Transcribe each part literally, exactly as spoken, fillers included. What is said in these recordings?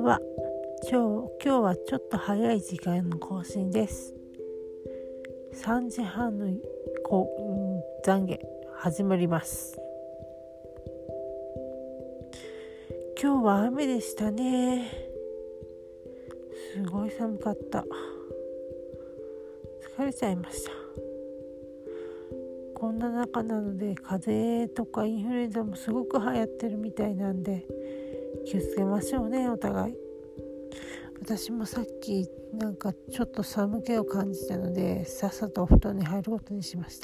んは。今日、今日はちょっと早い時間の更新です。さんじはんのこう懺悔始まります。今日は雨でしたね。すごい寒かった。疲れちゃいました。こんな中なので風邪とかインフルエンザもすごく流行ってるみたいなんで気をつけましょうね、お互い。私もさっきなんかちょっと寒気を感じたのでさっさとお布団に入ることにしました。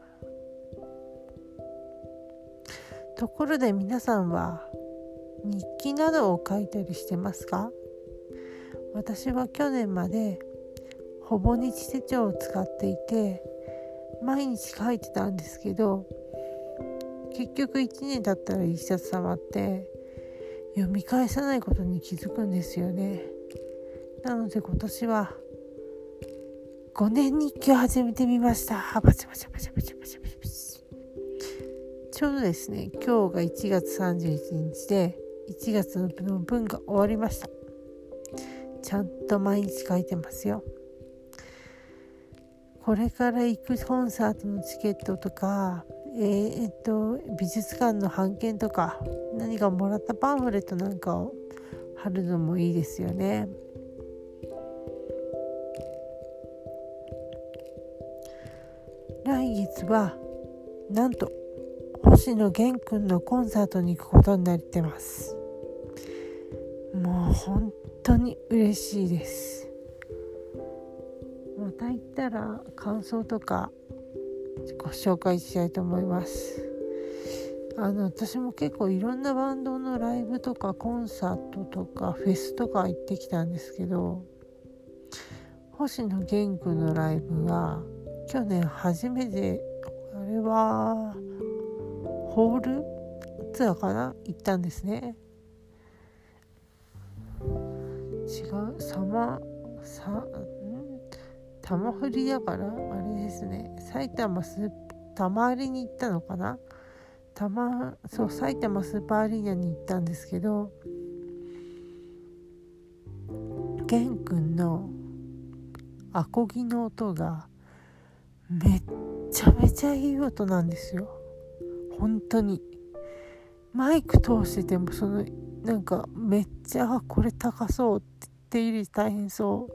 ところで皆さんは日記などを書いたりしてますか？私は去年までほぼ日手帳を使っていて毎日書いてたんですけど、結局いちねん経ったら一冊溜まって読み返さないことに気づくんですよね。なので今年はごねん日記を始めてみました。バチバチバチバチバチバチバチ。ちょうどですね、今日がいちがつさんじゅういちにちでいちがつの分が終わりました。ちゃんと毎日書いてますよ。これから行くコンサートのチケットとか、えー、えっと美術館の半券とか何かもらったパンフレットなんかを貼るのもいいですよね。来月はなんと星野源くんのコンサートに行くことになってます。もう本当に嬉しいです。また行ったら感想とかご紹介したいと思います。あの私も結構いろんなバンドのライブとかコンサートとかフェスとか行ってきたんですけど、星野源くんのライブは去年初めて、あれはホールツアーかな行ったんですね。違うサマさん玉振りだからあれですね、埼玉スタマアリに行ったのかな。たまそう埼玉スーパーアリーナに行ったんですけど、源くんのアコギの音がめっちゃめちゃいい音なんですよ。本当にマイク通しててもそのなんかめっちゃこれ高そうって手入れ大変そう、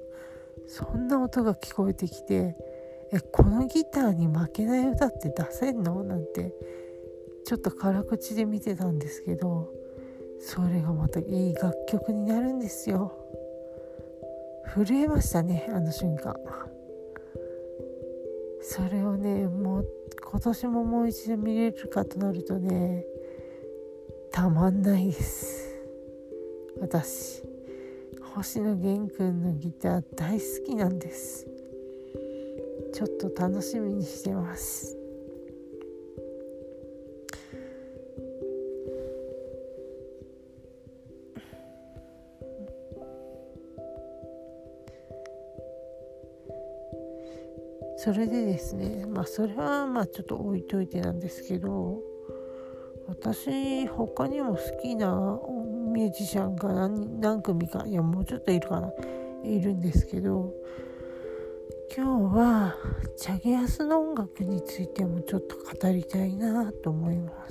そんな音が聞こえてきて、えこのギターに負けない歌って出せんのなんてちょっと辛口で見てたんですけど、それがまたいい楽曲になるんですよ。震えましたね、あの瞬間。それをね、もう今年ももう一度見れるかとなるとね、たまんないです。私星野源くんのギター大好きなんです。ちょっと楽しみにしてます。それでですね、まあそれはまあちょっと置いといてなんですけど、私他にも好きなミュージシャンが 何, 何組か、いやもうちょっといるかないるんですけど、今日はチャゲアスの音楽についてもちょっと語りたいなと思います。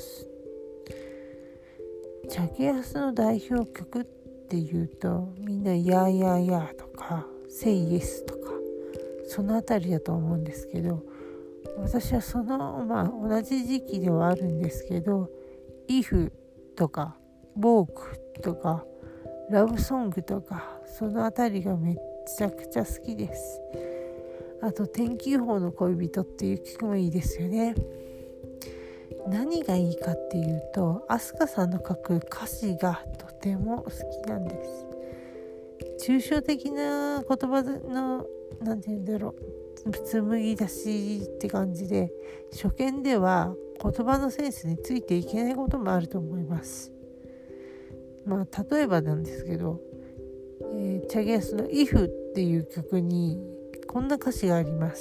チャゲアスの代表曲っていうとみんなヤーヤーヤーとかセイイエスとかそのあたりだと思うんですけど、私はそのまあ同じ時期ではあるんですけど、イフとかボークとかラブソングとかそのあたりがめちゃくちゃ好きです。あと天気予報の恋人っていう曲もいいですよね。何がいいかっていうと、アスカさんの書く歌詞がとても好きなんです。抽象的な言葉のなんて言うんだろう、紡ぎ出しって感じで、初見では言葉のセンスについていけないこともあると思います。まあ例えばなんですけど、えー、チャゲアスの If っていう曲にこんな歌詞があります。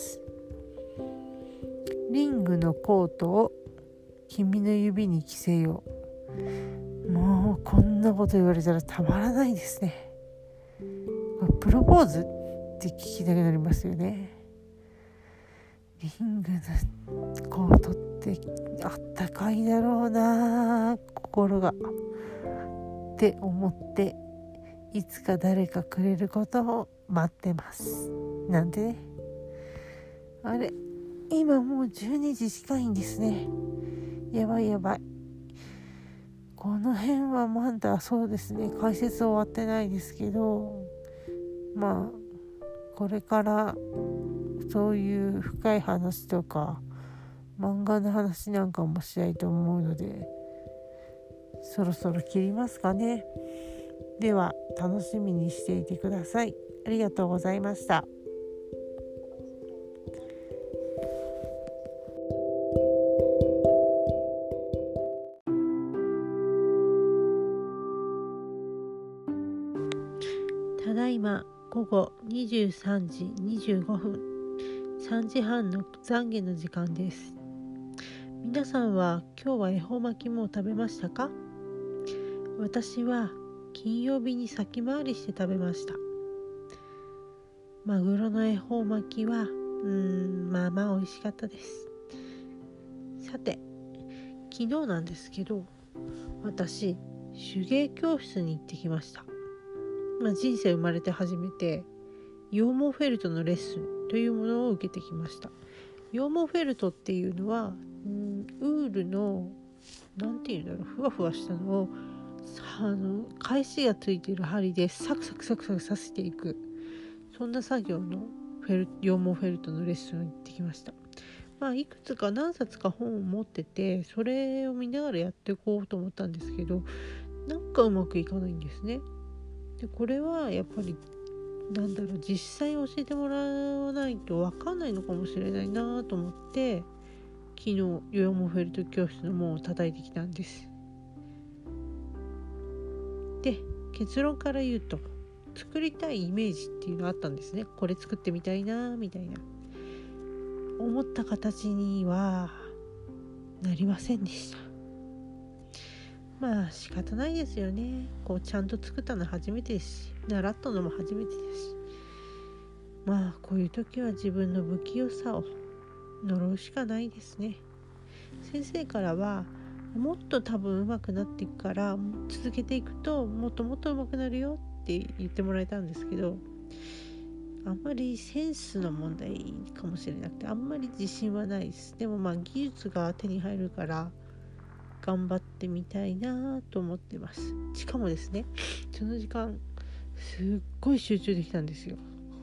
リングのコートを君の指に着せよう、 もうこんなこと言われたらたまらないですね。プロポーズって聞きたくなりますよね。リングのコートってあったかいだろうな、心がって思って、いつか誰かくれることを待ってますなんてね。あれ、今もうじゅうにじ近いんですね。やばいやばい。この辺はまだそうですね、解説終わってないですけど、まあこれからそういう深い話とか漫画の話なんかもしたいと思うので、そろそろ切りますかね。では楽しみにしていてください。ありがとうございました。ただいま午後にじゅうさんじにじゅうごふん、さんじはんの懺悔の時間です。皆さんは今日は恵方巻きも食べましたか？私は金曜日に先回りして食べました。マグロの恵方巻きはうーんまあまあ美味しかったです。さて、昨日なんですけど、私手芸教室に行ってきました。まあ、人生生まれて初めて羊毛フェルトのレッスンというものを受けてきました。羊毛フェルトっていうのはうんウールのなんていうんだろう、ふわふわしたのをあの返しがついている針でサクサクサクサクさせていく、そんな作業のフェル羊毛フェルトのレッスンに行ってきました。まあいくつか何冊か本を持ってて、それを見ながらやっていこうと思ったんですけど、なんかうまくいかないんですね。でこれはやっぱりなんだろう、実際教えてもらわないと分かんないのかもしれないなと思って、昨日ヨヨモフェルト教室の門を叩いてきたんです。で結論から言うと、作りたいイメージっていうのがあったんですね。これ作ってみたいなみたいな思った形にはなりませんでした。まあ仕方ないですよね。こうちゃんと作ったの初めてですし、習ったのも初めてですし、まあこういう時は自分の不器用さを呪うしかないですね。先生からはもっと多分上手くなっていくから続けていくともっともっと上手くなるよって言ってもらえたんですけど、あんまりセンスの問題かもしれなくて、あんまり自信はないです。でもまあ技術が手に入るから頑張ってみたいなと思ってます。しかもですね、その時間すっごい集中できたんですよ。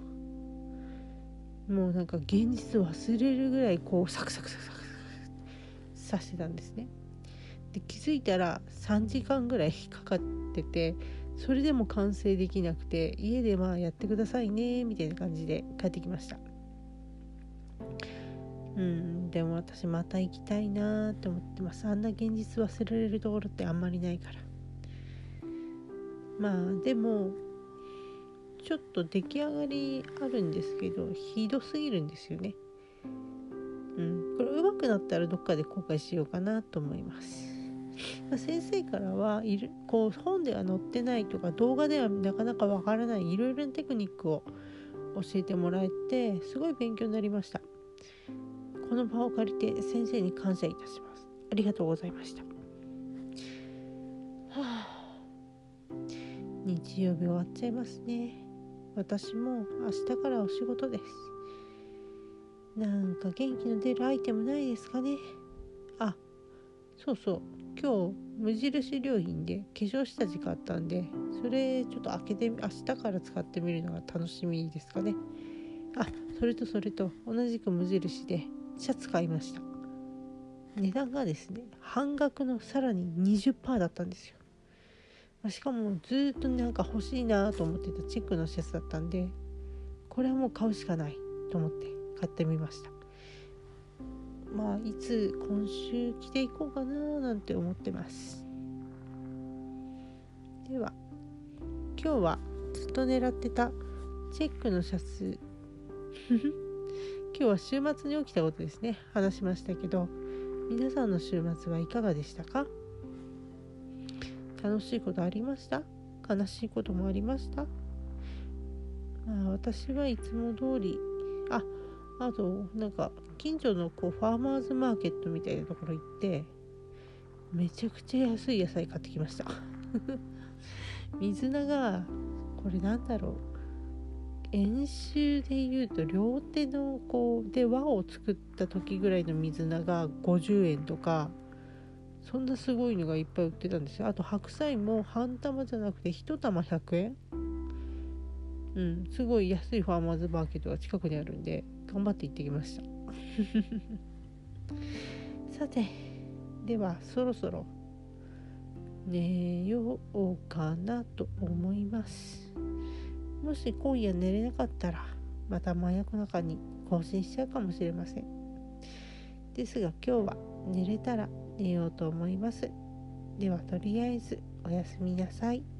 もうなんか現実忘れるぐらいこうサクサクサクサクさしてたんですね。で気づいたらさんじかんぐらいかかってて、それでも完成できなくて、家でまあやってくださいねみたいな感じで帰ってきました。うんでも私また行きたいなって思ってます。あんな現実忘れられるところってあんまりないから。まあでもちょっと出来上がりあるんですけど、ひどすぎるんですよね。うん、これ上手くなったらどっかで公開しようかなと思います。まあ、先生からはいるこう本では載ってないとか動画ではなかなかわからないいろいろなテクニックを教えてもらえて、すごい勉強になりました。この場を借りて先生に感謝いたします。ありがとうございました。はあ、日曜日終わっちゃいますね。私も明日からお仕事です。なんか元気の出るアイテムないですかね。あ、そうそう、今日無印良品で化粧下地買ったんで、それちょっと開けて明日から使ってみるのが楽しみですかね。あ、それとそれと同じく無印でシャツ買いました。値段がですね、半額のさらに にじゅっパーセント だったんですよ。しかもずっとなんか欲しいなと思ってたチェックのシャツだったんで、これはもう買うしかないと思って買ってみました。まあいつ今週着ていこうかななんて思ってます。では今日はずっと狙ってたチェックのシャツ今日は週末に起きたことですね、話しましたけど、皆さんの週末はいかがでしたか？ 楽しいことありました？悲しいこともありました？まあ私はいつも通り、あ、あとなんか近所のこうファーマーズマーケットみたいなところ行ってめちゃくちゃ安い野菜買ってきました水菜がこれなんだろう、円周でいうと両手のこうで輪を作った時ぐらいの水菜がごじゅうえんとか、そんなすごいのがいっぱい売ってたんですよ。あと白菜も半玉じゃなくて一玉ひゃくえん。うん、すごい安いファーマーズマーケットが近くにあるんで頑張って行ってきましたさて、ではそろそろ寝ようかなと思います。もし今夜寝れなかったらまた真夜中に更新しちゃうかもしれません。ですが今日は寝れたら寝ようと思います。ではとりあえずおやすみなさい。